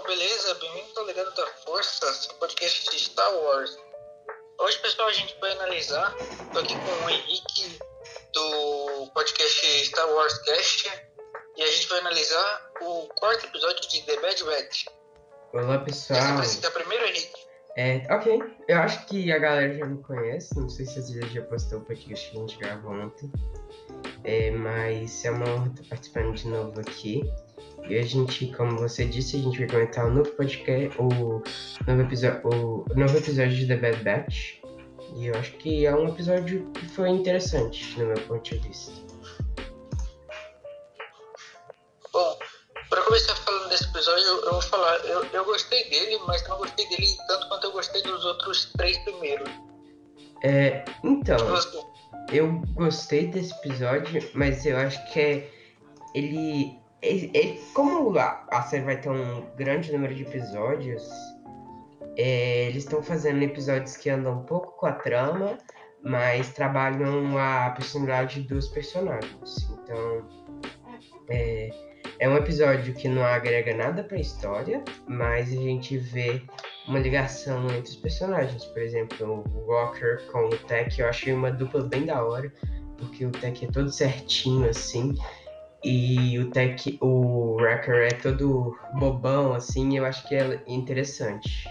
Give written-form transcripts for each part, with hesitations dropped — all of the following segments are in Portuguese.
pessoal, beleza? Bem-vindo ao Legado da Força, seu podcast de Star Wars. Hoje, pessoal, a gente vai analisar, tô aqui com o Henrique do podcast Star Wars Cast, e a gente vai analisar o quarto episódio de The Bad Batch. Olá, Quer se pessoal. apresentar primeiro, Henrique? Ok, eu acho que a galera já me conhece, não sei se você já postou o podcast que a gente gravou ontem, mas é uma honra estar participando de novo aqui. E a gente, como você disse, a gente vai comentar o novo podcast, o novo episódio de The Bad Batch. E eu acho que é um episódio que foi interessante, no meu ponto de vista. Bom, para começar falando desse episódio, eu vou falar, eu gostei dele, mas não gostei dele tanto quanto eu gostei dos outros três primeiros. Então, Você? eu gostei desse episódio, mas eu acho que como a série vai ter um grande número de episódios, eles estão fazendo episódios que andam um pouco com a trama, mas trabalham a personalidade dos personagens. Então, é um episódio que não agrega nada para a história, mas a gente vê uma ligação entre os personagens. Por exemplo, o Walker com o Tech, eu achei uma dupla bem da hora, porque o Tech é todo certinho assim, e o Wrecker é todo bobão assim, eu acho que é interessante.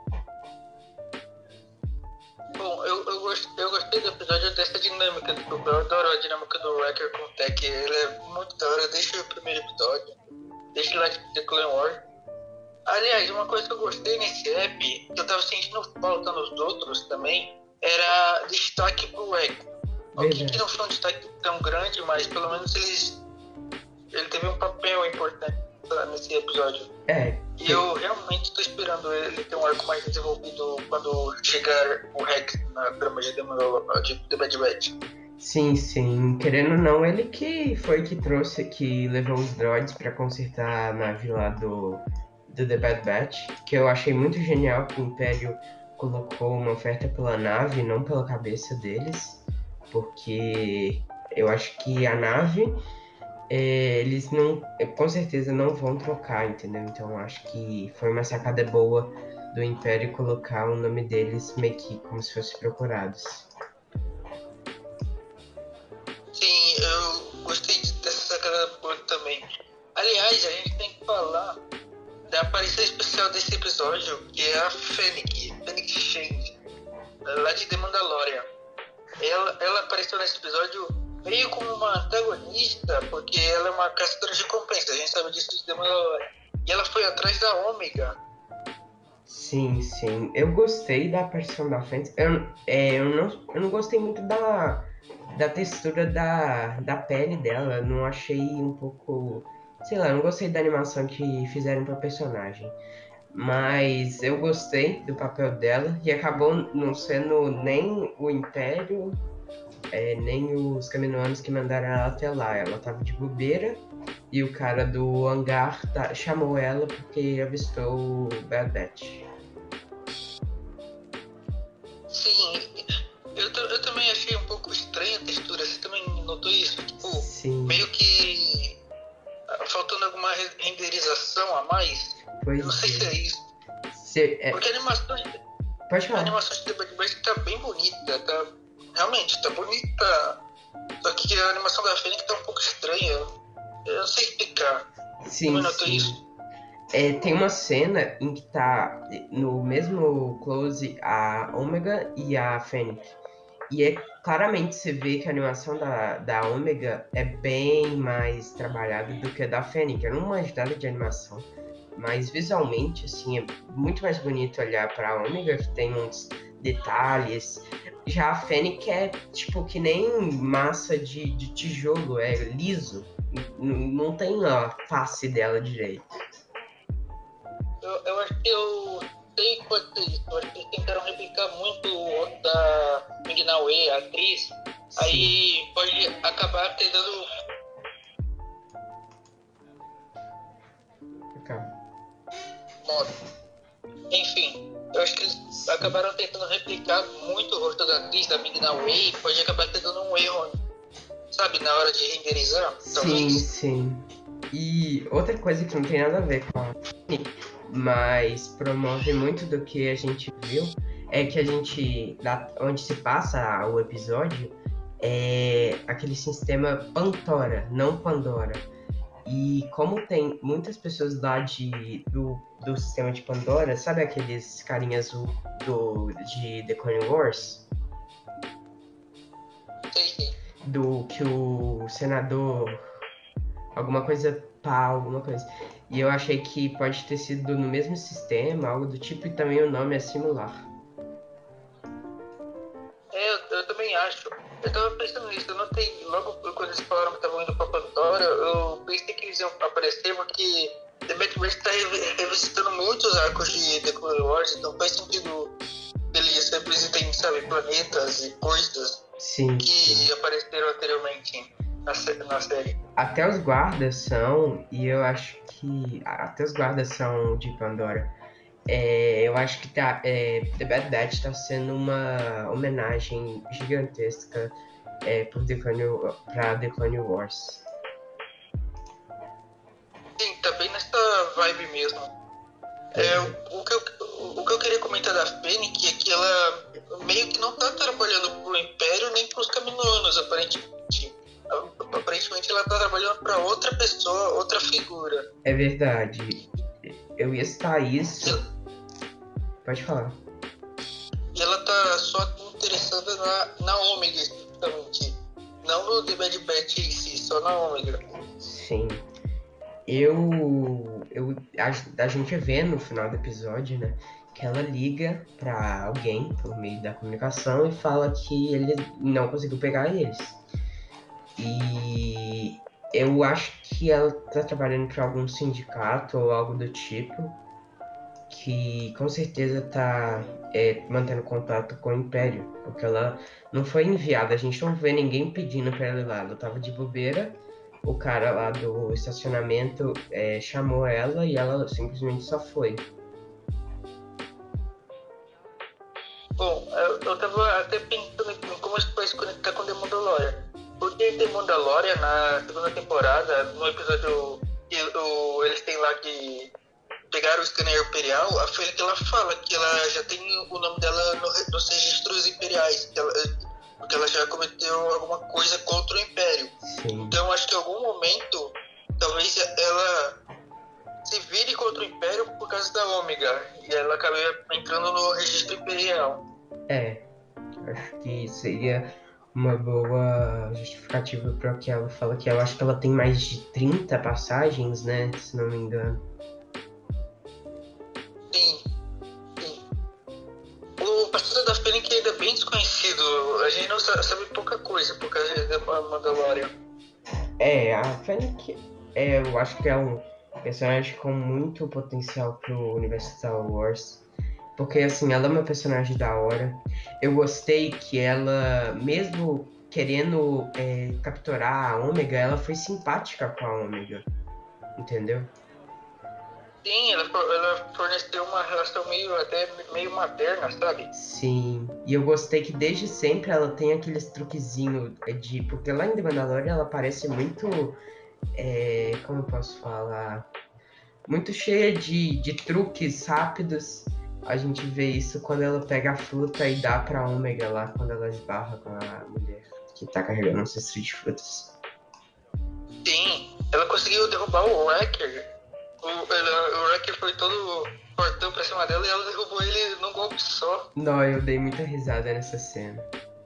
Bom, eu gostei do episódio dessa dinâmica do grupo. Eu adoro a dinâmica do Wrecker com o Tech. Ele é muito da hora desde o primeiro episódio, desde lá de The Clone Wars. Aliás, uma coisa que eu gostei nesse app, que eu tava sentindo falta nos outros também, era destaque pro Echo. Ok, que não foi um destaque tão grande, mas pelo menos ele teve um papel importante nesse episódio. E eu realmente estou esperando ele ter um arco mais desenvolvido quando chegar o Rex na trama de The Bad Batch. Sim. Querendo ou não, ele que foi que levou os droids para consertar a nave lá do The Bad Batch, que eu achei muito genial que o Império colocou uma oferta pela nave, não pela cabeça deles, porque eu acho que a nave eles não, com certeza não vão trocar, entendeu? Então eu acho que foi uma sacada boa do Império colocar o nome deles meio que como se fossem procurados. Sim, eu gostei dessa sacada boa também. Aliás, a gente tem que falar da aparição especial desse episódio, que é a Fennec Shand, lá de The Mandalorian. Ela apareceu nesse episódio meio como uma antagonista, porque ela é uma caçadora de recompensa, a gente sabe disso de The Mandalorian. E ela foi atrás da Ômega. Sim, eu gostei da aparição da Fênix. Eu não gostei muito da textura da pele dela, eu não achei um pouco, sei lá, eu não gostei da animação que fizeram pra personagem. Mas eu gostei do papel dela e acabou não sendo nem o Império, nem os Kaminoanos que mandaram ela até lá. Ela tava de bobeira e o cara do hangar chamou ela porque avistou o Bad Batch. Sim, eu também achei um pouco estranha a textura. Você também notou isso? Tipo, Sim. meio que faltando alguma renderização a mais. Pois eu não sei se é isso. Porque a animação de The Bad Batch tá bem bonita, realmente tá bonita. Só que a animação da Fênix tá um pouco estranha. Eu não sei explicar. Sim. Isso? Tem uma cena em que tá no mesmo close a Ômega e a Fênix. E claramente você vê que a animação da Ômega é bem mais trabalhada do que a da Fênix. Eu não manjo nada de animação, mas visualmente, assim, é muito mais bonito olhar pra Ômega, que tem uns detalhes. Já a Fênix é, tipo, que nem massa de tijolo, é liso. Não tem a face dela direito. Eu acho que eu sei que pode ser isso. Eu acho que eles tentaram replicar muito o da Ming-Na Wen, a atriz. Sim. Aí pode acabar tendo... Enfim, eu acho que eles acabaram tentando replicar muito o rosto da atriz da Ming-Na Wen e pode acabar tendo um erro, sabe, na hora de renderizar. Sim. E E outra coisa que não tem nada a ver com a Fanny, mas promove muito do que a gente viu, é que a gente, onde se passa o episódio, é aquele sistema Pantora, não Pandora. E como tem muitas pessoas lá do sistema de Pandora, sabe aqueles carinhas de The Clone Wars? Sei. Do que o senador, alguma coisa alguma coisa. E eu achei que pode ter sido no mesmo sistema, algo do tipo, e também o nome é similar. Eu também acho. Eu tava pensando nisso, eu notei, logo quando eles falaram que estavam indo pra Pandora, eu pensei que eles iam aparecer porque The Bad Batch tá revisitando muitos arcos de The Clone Wars, então faz sentido eles representem, sabe, planetas e coisas Sim, que sim. apareceram anteriormente na série. Até os guardas são, e eu acho que até os guardas são de Pandora. Eu acho que The Bad Batch está sendo uma homenagem gigantesca pra The Clone Wars. Sim, tá bem nessa vibe mesmo. O que eu queria comentar da Fennec é que ela meio que não tá trabalhando pro Império nem pros Caminoanos, aparentemente. Aparentemente ela tá trabalhando pra outra pessoa, outra figura. É verdade. Eu ia citar isso. Pode falar. E ela tá só interessada na Ômega, especificamente. Não no The Bad Batch em si, só na Ômega. Sim. A gente vê no final do episódio, né, que ela liga pra alguém por meio da comunicação e fala que ele não conseguiu pegar eles. E eu acho que ela tá trabalhando para algum sindicato ou algo do tipo, que com certeza tá mantendo contato com o Império, porque ela não foi enviada, a gente não vê ninguém pedindo para ela ir lá, ela tava de bobeira, o cara lá do estacionamento chamou ela e ela simplesmente só foi. Bom, eu tava até pensando em como isso vai se conectar com The Mandalorian. Porque The Mandalorian, na segunda temporada, no episódio que eles têm lá que pegaram o scanner imperial, a Fennec ela fala que ela já tem o nome dela nos registros imperiais, porque ela já cometeu alguma coisa contra o Império. Sim. Então acho que em algum momento, talvez ela se vire contra o Império por causa da Ômega, e ela acabe entrando no registro imperial. Acho que seria uma boa justificativa para o que ela fala, que eu acho que ela tem mais de 30 passagens, né, se não me engano. Sim. O passado da Fennec ainda é bem desconhecido. A gente não sabe pouca coisa por causa da Mandalorian. A Fennec, eu acho que é um personagem com muito potencial pro universo Star Wars. Porque, assim, ela é uma personagem da hora. Eu gostei que ela, mesmo querendo capturar a Ômega, ela foi simpática com a Ômega. Entendeu? Sim, ela forneceu uma relação até meio materna, sabe? Sim, e eu gostei que desde sempre ela tem aqueles truquezinhos porque lá em The Mandalorian ela parece muito, como eu posso falar, muito cheia de truques rápidos. A gente vê isso quando ela pega a fruta e dá pra Ômega lá, quando ela esbarra com a mulher que tá carregando um cesto de frutas. Sim, ela conseguiu derrubar o Wrecker. O Wrecker foi todo portão pra cima dela e ela derrubou ele num golpe só. Não, eu dei muita risada nessa cena.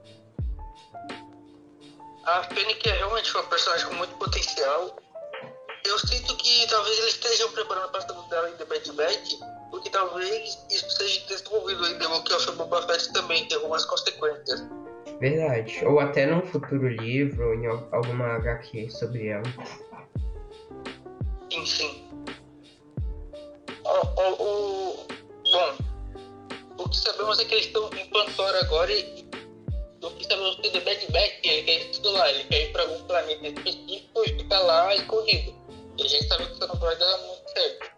A Fennec é realmente uma personagem com muito potencial. Eu sinto que talvez eles estejam preparando a passada dela em The Bad Batch, porque talvez isso seja desenvolvido em The Book of Boba Fett também, tem algumas consequências. Verdade. Ou até num futuro livro, ou em alguma HQ sobre ela. Sim. Bom, o que sabemos é que eles estão em Pandora agora e o que sabemos que The Bad Batch ele quer isso lá, ele quer ir para algum planeta específico e ficar lá escondido. E a gente sabe que isso não vai dar muito certo.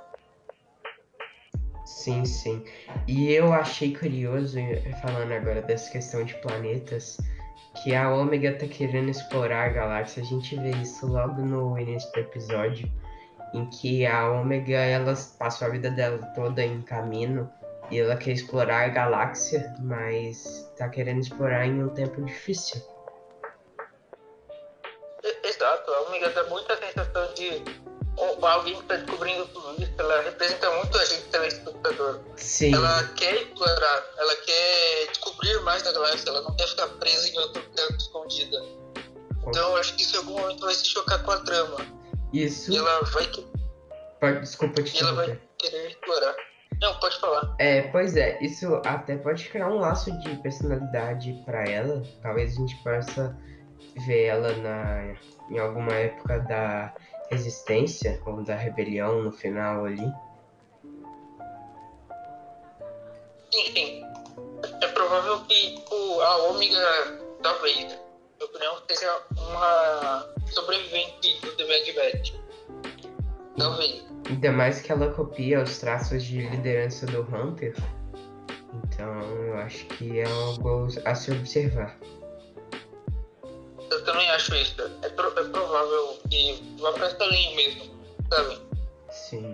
Sim. E eu achei curioso, falando agora dessa questão de planetas, que a Ômega tá querendo explorar a galáxia. A gente vê isso logo no início do episódio. em que a Ômega, ela passou a vida dela toda em caminho e ela quer explorar a galáxia, mas tá querendo explorar em um tempo difícil. Exato, a Omega dá muita sensação de alguém que está descobrindo tudo isso. Ela representa muito a gente telespectador. Sim. Ela quer explorar, ela quer descobrir mais da galáxia, ela não quer ficar presa em outro canto escondida. Então eu acho que isso em algum momento vai se chocar com a trama. Isso. E ela vai. Desculpa te E ela vai interromper. querer explorar. Não, pode falar. Pois é, isso até pode criar um laço de personalidade pra ela. Talvez a gente possa ver ela em alguma época da resistência ou da rebelião no final ali. Sim. É provável que a Ômega, talvez, na minha opinião, seja uma sobrevivente do The Bad Batch. Talvez. Ainda mais que ela copia os traços de liderança do Hunter. Então eu acho que é algo a se observar. Eu também acho isso. É provável que vá pra essa linha mesmo, sabe? Sim.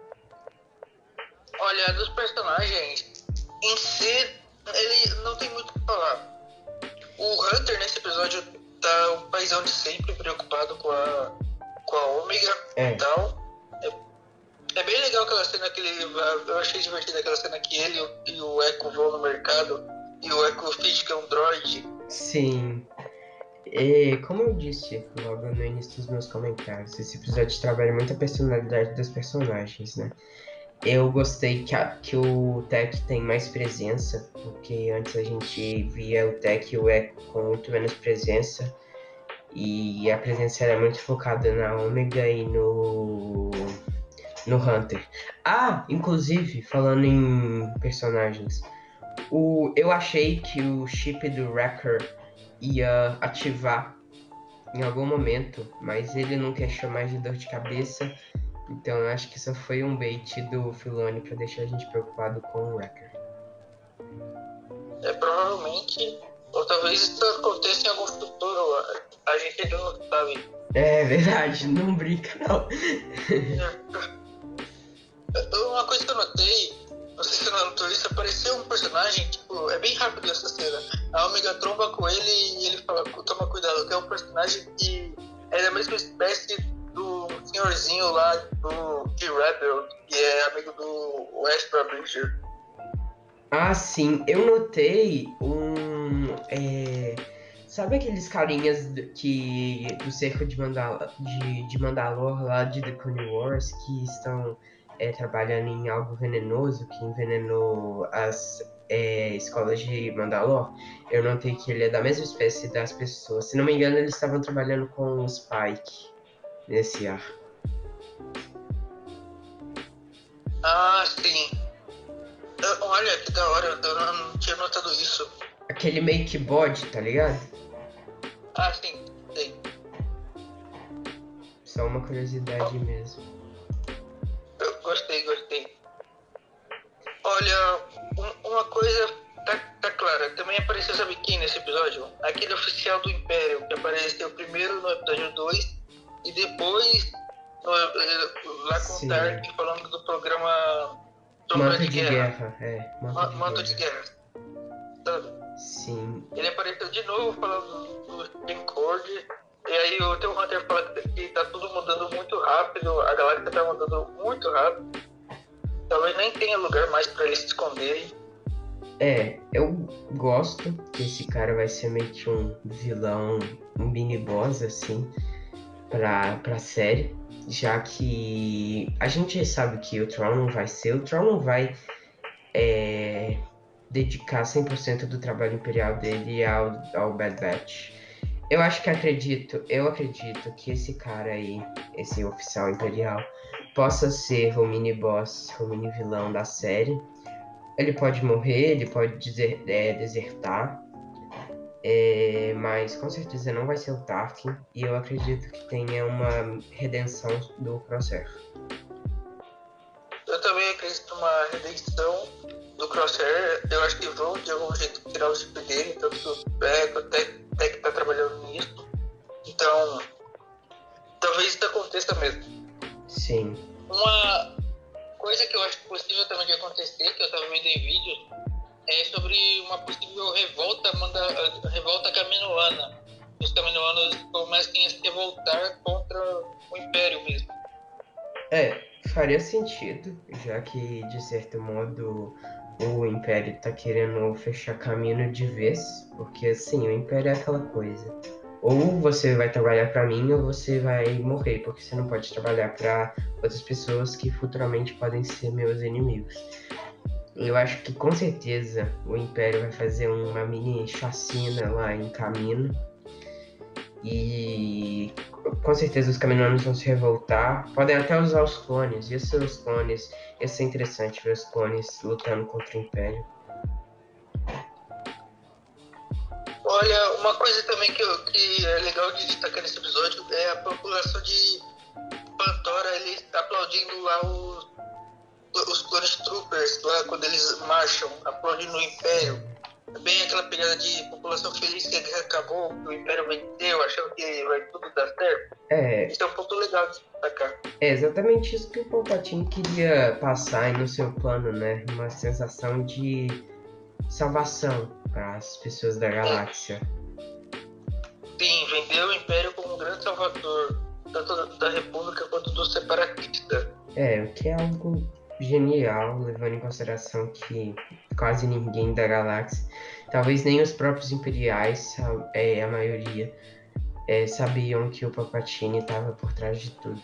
Olha, dos personagens em si, ele não tem muito o que falar. O Hunter nesse episódio tá um paizão de sempre preocupado com a Ômega e tal. É bem legal aquela cena que eu achei divertida aquela cena que ele e o Echo vão no mercado e o Echo finge que é um droid. Sim. E como eu disse logo no início dos meus comentários, esse episódio trabalha muito a personalidade dos personagens, né? Eu gostei que o Tech tem mais presença, porque antes a gente via o Tech e o Echo com muito menos presença, e a presença era muito focada na Ômega e no Hunter. Inclusive, falando em personagens, eu achei que o chip do Wrecker ia ativar em algum momento, mas ele não quer chamar de dor de cabeça, então eu acho que isso foi um bait do Filoni para deixar a gente preocupado com o Wrecker. Provavelmente, ou talvez isso aconteça em algum futuro, a gente ainda não sabe. É verdade, não brinca não. Uma coisa que eu notei, não sei se você notou isso, apareceu um personagem, tipo, é bem rápido essa cena. A Omega tromba com ele e ele fala, toma cuidado, que é um personagem que é da mesma espécie do senhorzinho lá de Rebel, que é amigo do Ezra Bridger. Sim, eu notei sabe aqueles carinhas do cerco de Mandalor lá de The Clone Wars que estão trabalhando em algo venenoso que envenenou as escolas de Mandalor? Eu notei que ele é da mesma espécie das pessoas. Se não me engano, eles estavam trabalhando com o Spike nesse ar. Sim. Olha que da hora, eu não tinha notado isso. Aquele make body, tá ligado? Sim, sei. Só uma curiosidade mesmo. Eu gostei. Olha, uma coisa tá clara, também apareceu, sabe quem nesse episódio? Aquele oficial do Império, que apareceu primeiro no episódio 2 e depois lá com o Tark falando do programa Manto de Guerra. Manto de Guerra. Sabe? Sim. Ele apareceu de novo falando do Discord. E aí o teu Hunter fala que tá tudo mudando muito rápido, a galáxia tá mudando muito rápido. Talvez nem tenha lugar mais pra eles se esconderem. Eu gosto que esse cara vai ser meio que um vilão, um mini boss, assim, pra série. Já que a gente sabe que o Tron não vai ser, o Tron não vai dedicar 100% do trabalho imperial dele ao Bad Batch. Eu acredito que esse cara aí, esse oficial imperial, possa ser o mini boss, o mini vilão da série. Ele pode morrer, ele pode desertar, mas com certeza não vai ser o Tarkin, e eu acredito que tenha uma redenção do Crosshair. Eu também acredito numa redenção do Crosshair. Eu acho que vão de algum jeito tirar o chip dele, tanto que o Tech tá trabalhando nisso. Então, talvez isso aconteça mesmo. Sim. Uma coisa que eu acho possível também de acontecer, que eu estava vendo em vídeos, é sobre uma possível revolta caminoana. Os caminoanos comecem a se revoltar contra o Império mesmo. Faria sentido, já que, de certo modo, o Império tá querendo fechar caminho de vez, porque, assim, o Império é aquela coisa. Ou você vai trabalhar para mim, ou você vai morrer, porque você não pode trabalhar para outras pessoas que futuramente podem ser meus inimigos. Eu acho que, com certeza, o Império vai fazer uma mini chacina lá em Camino, e com certeza os caminoanos vão se revoltar. Podem até usar os clones. Ia ser os clones. Ia ser interessante ver os clones lutando contra o Império. Olha, uma coisa também que é legal de destacar nesse episódio é a população de Pandora, eles aplaudindo lá os Clone Troopers, lá quando eles marcham, aplaudindo o Império. Bem aquela pegada de população feliz que a guerra acabou, que o Império venceu, achando que vai tudo dar certo. Isso é um ponto legal de destacar. É exatamente isso que o Palpatine queria passar aí no seu plano, né? Uma sensação de salvação para as pessoas da galáxia. Sim, vendeu o Império como um grande salvador, tanto da República quanto do separatista. O que é algo genial, levando em consideração que quase ninguém da galáxia, talvez nem os próprios imperiais, a maioria, sabiam que o Palpatine estava por trás de tudo.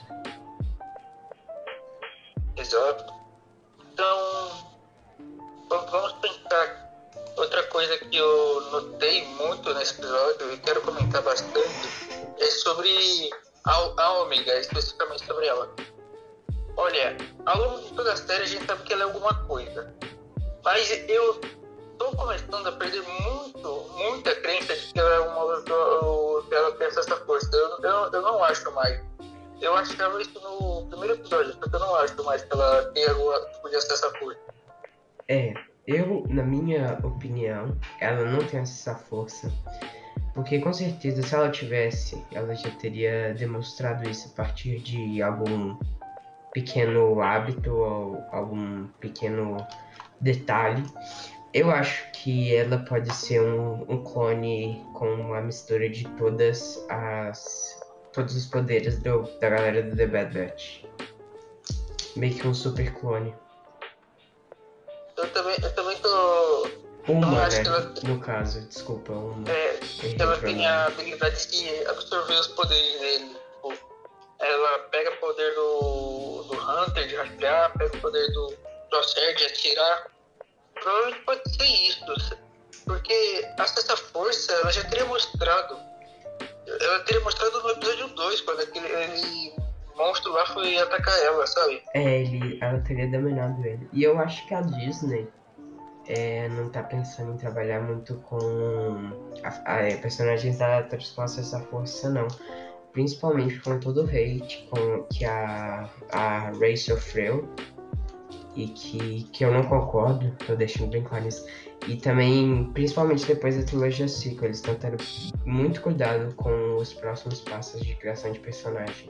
Exato. Então, vamos pensar. Outra coisa que eu notei muito nesse episódio e quero comentar bastante é sobre a Ômega, especificamente sobre ela. Olha, ao longo de toda a série a gente sabe que ela é alguma coisa, mas eu tô começando a perder muita crença de que ela é que ela tem essa força. Eu não acho mais. Eu achava isso no primeiro episódio, só que eu não acho mais que ela tem alguma tipo de acesso à força. Na minha opinião, ela não tem essa força, porque com certeza se ela tivesse, ela já teria demonstrado isso a partir de algum pequeno hábito ou algum pequeno detalhe. Eu acho que ela pode ser um clone com uma mistura de todos os poderes da galera do The Bad Batch. Meio que um super clone. Eu também tô. Uma, acho né? que ela, No caso, desculpa, uma. que ela tem a habilidade de absorver os poderes dele. Tipo, ela pega o poder do Hunter de rastrear, pega o poder do Crosshair de atirar. Provavelmente pode ser isso. Porque essa força ela já teria mostrado. Ela teria mostrado no episódio 2, quando aquele monstro lá foi atacar ela, sabe? Ela teria dominado ele. E eu acho que a Disney não tá pensando em trabalhar muito com personagens adaptados com acesso à força, não. Principalmente com todo o hate que a Rey sofreu. E que eu não concordo, tô deixando bem claro isso. E também, principalmente depois da trilogia sequel, eles estão tendo muito cuidado com os próximos passos de criação de personagem.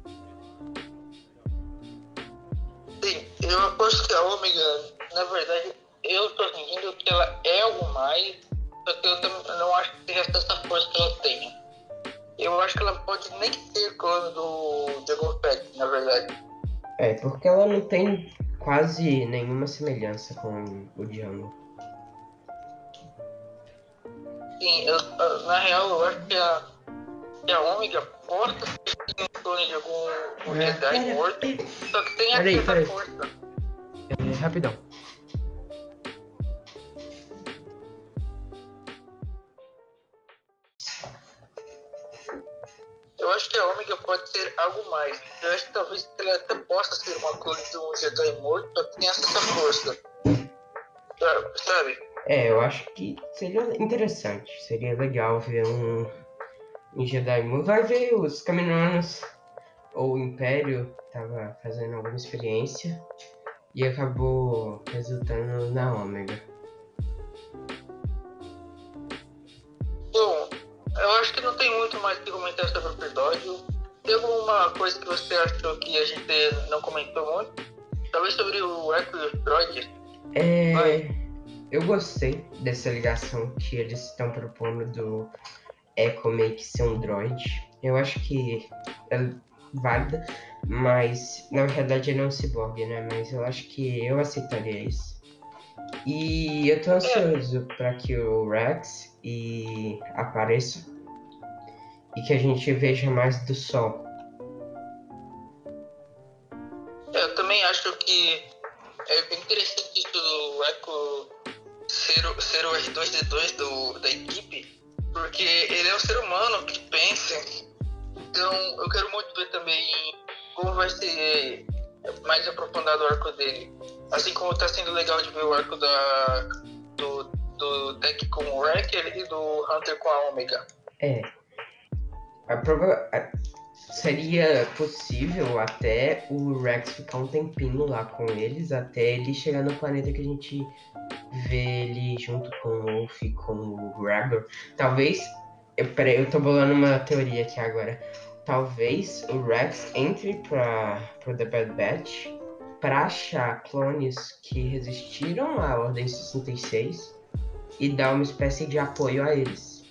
Sim, eu aposto que a Ômega, na verdade, eu tô sentindo que ela é algo mais, só que eu não acho que seja essa força que ela tenha. Eu acho que ela pode nem ser clone do Jango Fett, na verdade. Porque ela não tem quase nenhuma semelhança com o Django. Sim, na real, eu acho que a Ômega possa ser um clone de algum Jedi morto, só que tem essa força. Rapidão. Eu acho que a Ômega pode ser algo mais. Eu acho que talvez ela até possa ser uma clone de um Jedi morto, só que tem essa força. Sabe? Eu acho que seria interessante. Seria legal ver um Jedi morto. Vai ver os Caminoanos ou o Império tava fazendo alguma experiência e acabou resultando na Ômega. Bom, eu acho que não tem muito mais que comentar sobre o episódio. Tem alguma coisa que você achou que a gente não comentou muito? Talvez sobre o Echo e o Freud? Eu gostei dessa ligação que eles estão propondo do Echo meio que ser um droid. Eu acho que é válida, mas na verdade ele é um ciborgue, né? Mas eu acho que eu aceitaria isso. E eu tô ansioso para que o Rex apareça e que a gente veja mais do Sol. Eu também acho que é bem interessante isso do Echo ser o R2D2 da equipe, porque ele é um ser humano que pensa. Então eu quero muito ver também como vai ser mais aprofundado o arco dele. Assim como tá sendo legal de ver o arco do Deck com o Wrecker e do Hunter com a Omega. Seria possível até o Rex ficar um tempinho lá com eles, até ele chegar no planeta que a gente vê ele junto com o Wolf e com o Gregor. Talvez. Peraí, eu tô bolando uma teoria aqui agora. Talvez o Rex entre pro The Bad Batch pra achar clones que resistiram à Ordem 66 e dar uma espécie de apoio a eles.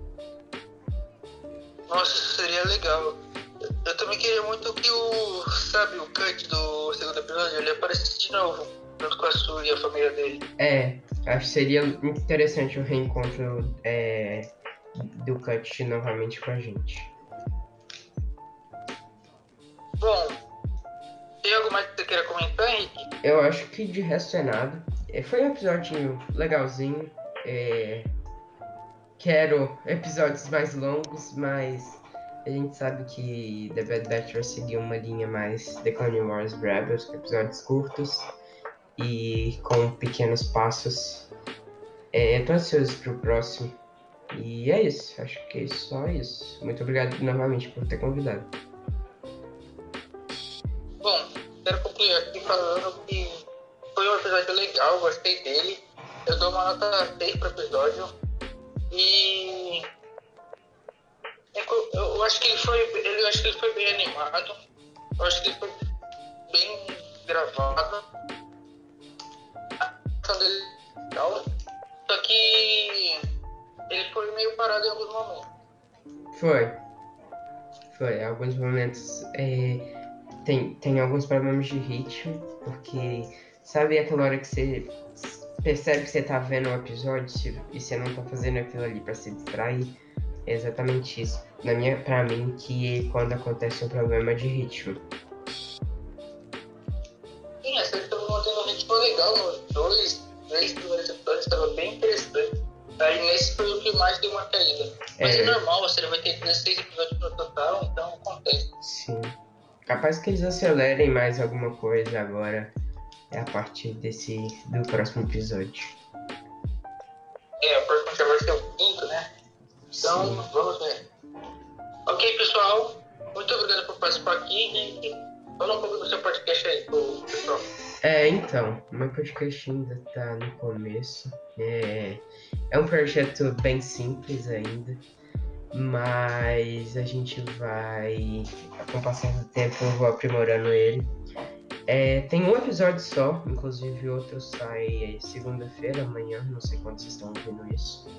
Nossa, isso seria legal. Eu também queria muito que o Cut do segundo episódio, ele aparecesse de novo, junto com a Sue e a família dele. Acho que seria muito interessante o reencontro do Cut novamente com a gente. Bom, tem algo mais que você queira comentar, Henrique? Eu acho que de resto é nada. Foi um episódio legalzinho. Quero episódios mais longos, mas a gente sabe que The Bad Batch vai seguir uma linha mais The Clone Wars Rebels, com episódios curtos e com pequenos passos. Tô ansioso pro próximo. E é isso, acho que é só isso. Muito obrigado novamente por ter convidado. Bom, quero concluir aqui falando que foi um episódio legal, gostei dele. Eu dou uma nota 6 pro episódio. E eu acho que ele foi bem animado. Eu acho que ele foi bem gravado. A ação dele é legal. Só que ele foi meio parado em alguns momentos. Foi. Alguns momentos tem alguns problemas de ritmo, porque sabe aquela hora que você percebe que você tá vendo um episódio e você não tá fazendo aquilo ali pra se distrair? É exatamente isso. Pra mim, que quando acontece um problema de ritmo. Sim, essa estava mantendo um ritmo legal nos três primeiros episódios, estava bem interessante. Aí nesse foi o que mais deu uma caída. Mas é normal, você vai ter 16 episódios no total, então acontece. Sim. Capaz que eles acelerem mais alguma coisa agora, a partir do próximo episódio. O próximo já vai ser o 5º, né? Então, sim, vamos ver. Ok, pessoal. Muito obrigado por participar aqui. E fala um pouco do seu podcast aí, pessoal. Então, meu podcast ainda tá no começo. É um projeto bem simples ainda, mas a gente vai, com o passar do tempo, eu vou aprimorando ele. Tem um episódio só, inclusive o outro sai segunda-feira, amanhã, não sei quando vocês estão ouvindo isso.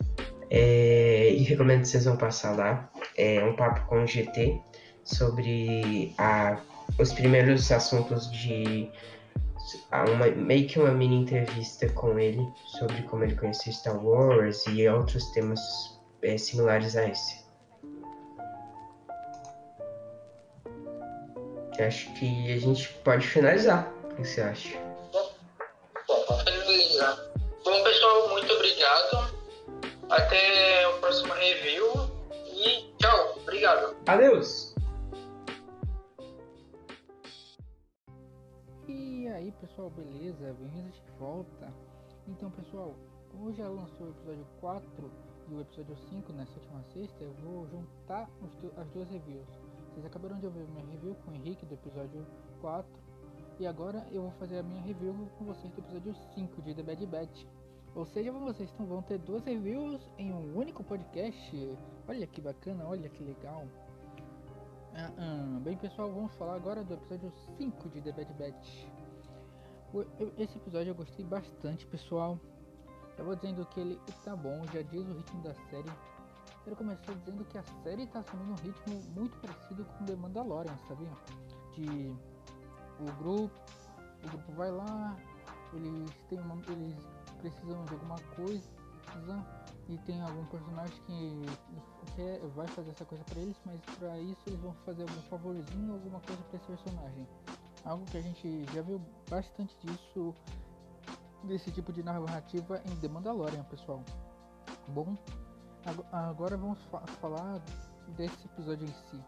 E recomendo que vocês vão passar lá. É um papo com o GT sobre os primeiros assuntos meio que uma mini entrevista com ele sobre como ele conheceu Star Wars e outros temas similares a esse. Eu acho que a gente pode finalizar. O que você acha? Bom, vamos finalizar. Bom, pessoal, muito obrigado. Até o próximo review. E tchau. Obrigado. Adeus! E aí, pessoal, beleza? Bem-vindos de volta. Então, pessoal, como já lançou o episódio 4 e o episódio 5 na sétima sexta, eu vou juntar as duas reviews. Vocês acabaram de ouvir minha review com o Henrique do episódio 4 e agora eu vou fazer a minha review com vocês do episódio 5 de The Bad Batch. Ou seja, vocês vão ter duas reviews em um único podcast. Olha que bacana, olha que legal. Bem, pessoal, vamos falar agora do episódio 5 de The Bad Batch. Esse episódio eu gostei bastante, pessoal. Eu vou dizendo que ele tá bom, já diz o ritmo da série. Ele começou dizendo que a série tá assumindo um ritmo muito parecido com The Mandalorian, sabia? De o grupo vai lá, eles precisam de alguma coisa e tem algum personagem que vai fazer essa coisa pra eles, mas pra isso eles vão fazer algum favorzinho, alguma coisa pra esse personagem. Algo que a gente já viu bastante disso, desse tipo de narrativa em The Mandalorian, pessoal. Bom, agora vamos falar desse episódio em si.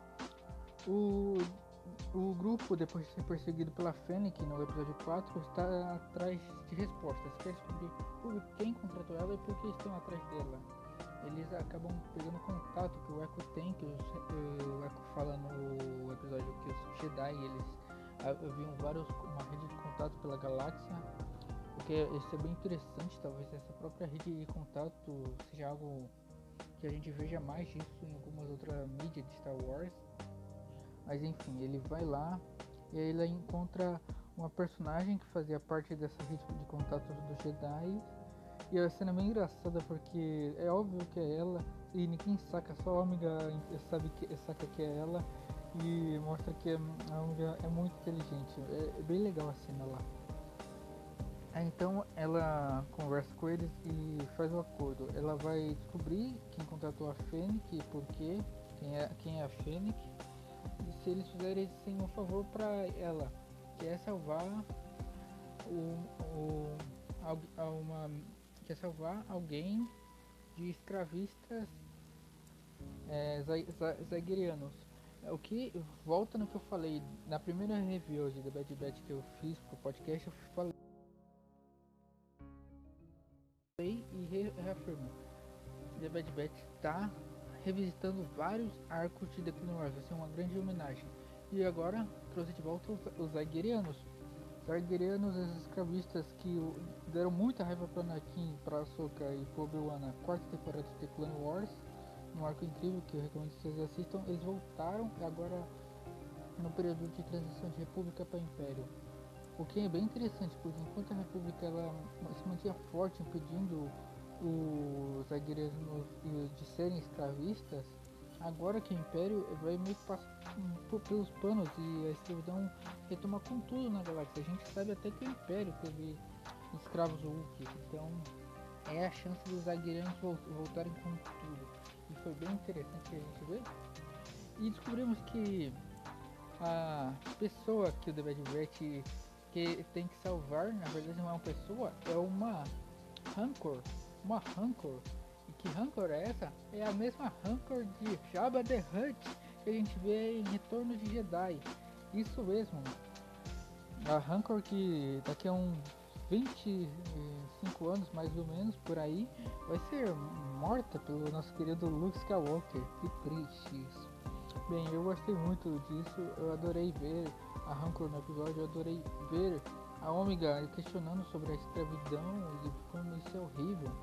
O grupo, depois de ser perseguido pela Fennec no episódio 4, está atrás de respostas. Quer descobrir quem contratou ela e por que estão atrás dela. Eles acabam pegando contato que o Echo tem, que o Echo fala no episódio que os Jedi eles haviam uma rede de contato pela galáxia. Porque isso é bem interessante, talvez essa própria rede de contato seja algo que a gente veja mais disso em algumas outras mídias de Star Wars. Mas enfim, ele vai lá e aí ele encontra uma personagem que fazia parte dessa rede de contatos dos Jedi. E a cena é bem engraçada porque é óbvio que é ela e ninguém saca, só a Omega saca que é ela e mostra que a Omega é muito inteligente. É bem legal a cena lá. Então ela conversa com eles e faz o acordo. Ela vai descobrir quem contratou a Fennec e por quê, quem é a Fennec. E se eles fizerem um favor para ela, que é salvar alguém de escravistas zaguerianos. O que volta no que eu falei na primeira review de The Bad Batch que eu fiz pro podcast, eu falei e reafirmo. The Bad Batch está revisitando vários arcos de The Clone Wars, vai ser uma grande homenagem. E agora trouxe de volta os Zaguerianos. Zaguerianos, esses escravistas que deram muita raiva para Anakin, para Ahsoka e para Obi-Wan na quarta temporada de The Clone Wars, um arco incrível que eu recomendo que vocês assistam. Eles voltaram agora no período de transição de República para Império. O que é bem interessante, porque enquanto a República ela se mantinha forte impedindo os zaguerianos de serem escravistas, agora que o Império vai meio que passar pelos panos e a escravidão retoma com tudo na galáxia. A gente sabe até que o Império teve escravos Wookiees, então é a chance dos zaguerianos voltarem com tudo. E foi bem interessante a gente ver. E descobrimos que a pessoa que o The Bad Batch que tem que salvar, na verdade não é uma pessoa, é uma Rancor. E que Rancor é essa? É a mesma Rancor de Jabba the Hutt que a gente vê em Retorno de Jedi. Isso mesmo. A Rancor que daqui a uns 25 anos mais ou menos por aí vai ser morta pelo nosso querido Luke Skywalker. Que triste isso. Bem, eu gostei muito disso, eu adorei ver a Rancor no episódio, eu adorei ver a Omega questionando sobre a escravidão e como isso é horrível.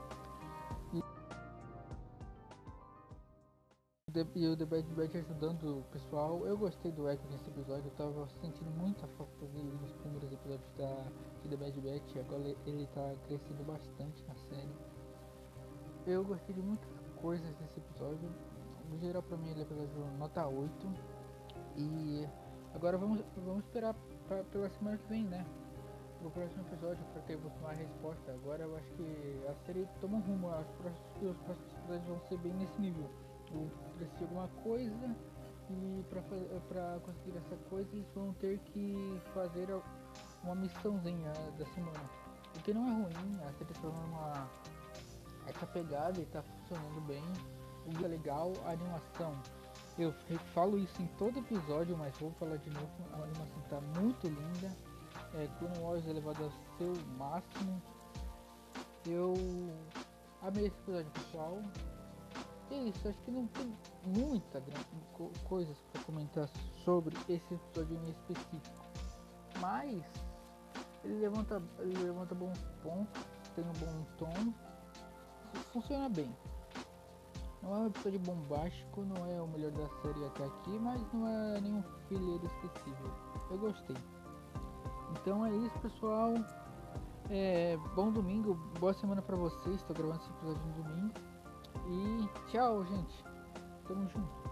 E o The Bad Batch ajudando o pessoal. Eu gostei do Echo nesse episódio, eu tava sentindo muita falta dele nos primeiros episódios de The Bad Batch, agora ele tá crescendo bastante na série. Eu gostei de muitas coisas nesse episódio. No geral, pra mim ele é episódio nota 8. E agora vamos esperar pela semana que vem, né? O próximo episódio pra ter mais resposta. Agora eu acho que a série toma um rumo. Acho que os próximos episódios vão ser bem nesse nível. Eu preciso de alguma coisa e pra conseguir essa coisa eles vão ter que fazer uma missãozinha da semana. O que não é ruim, a série tá pegada e tá funcionando bem. O que é legal, a animação. Eu falo isso em todo episódio, mas vou falar de novo. A animação tá muito linda. Clone Wars elevado ao seu máximo. Eu amei esse episódio, pessoal. E é isso, acho que não tem muita coisas para comentar sobre esse episódio em específico. Mas ele levanta bons pontos, tem um bom tom, funciona bem. Não é um episódio bombástico, não é o melhor da série até aqui, mas não é nenhum filler esquecível. Eu gostei. Então é isso, pessoal. Bom domingo, boa semana pra vocês. Estou gravando esse episódio no domingo. E tchau, gente. Tamo junto.